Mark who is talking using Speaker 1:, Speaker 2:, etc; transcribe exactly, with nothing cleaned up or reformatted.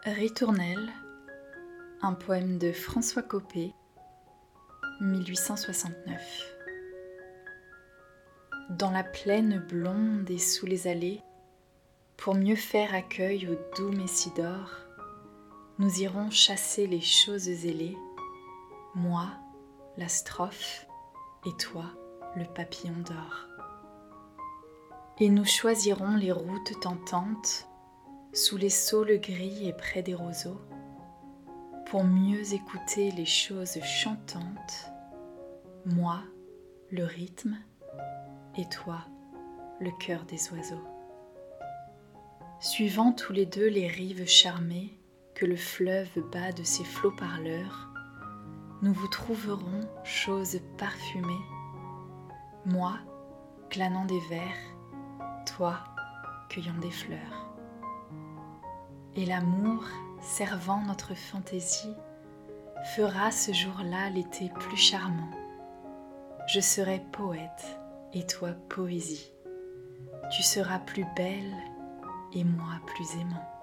Speaker 1: Ritournelle, un poème de François Coppée, mille huit cent soixante-neuf. Dans la plaine blonde et sous les allées, pour mieux faire accueil au doux Messidor, nous irons chasser les choses ailées, moi, la strophe, et toi, le papillon d'or. Et nous choisirons les routes tentantes, sous les saules gris et près des roseaux, pour mieux écouter les choses chantantes, moi, le rythme, et toi, le chœur des oiseaux. Suivant tous les deux les rives charmées que le fleuve bat de ses flots parleurs, nous vous trouverons choses parfumées, moi, glanant des vers, toi, cueillant des fleurs. Et l'amour, servant notre fantaisie, fera ce jour-là l'été plus charmant. Je serai poète et toi poésie. Tu seras plus belle et moi plus aimant.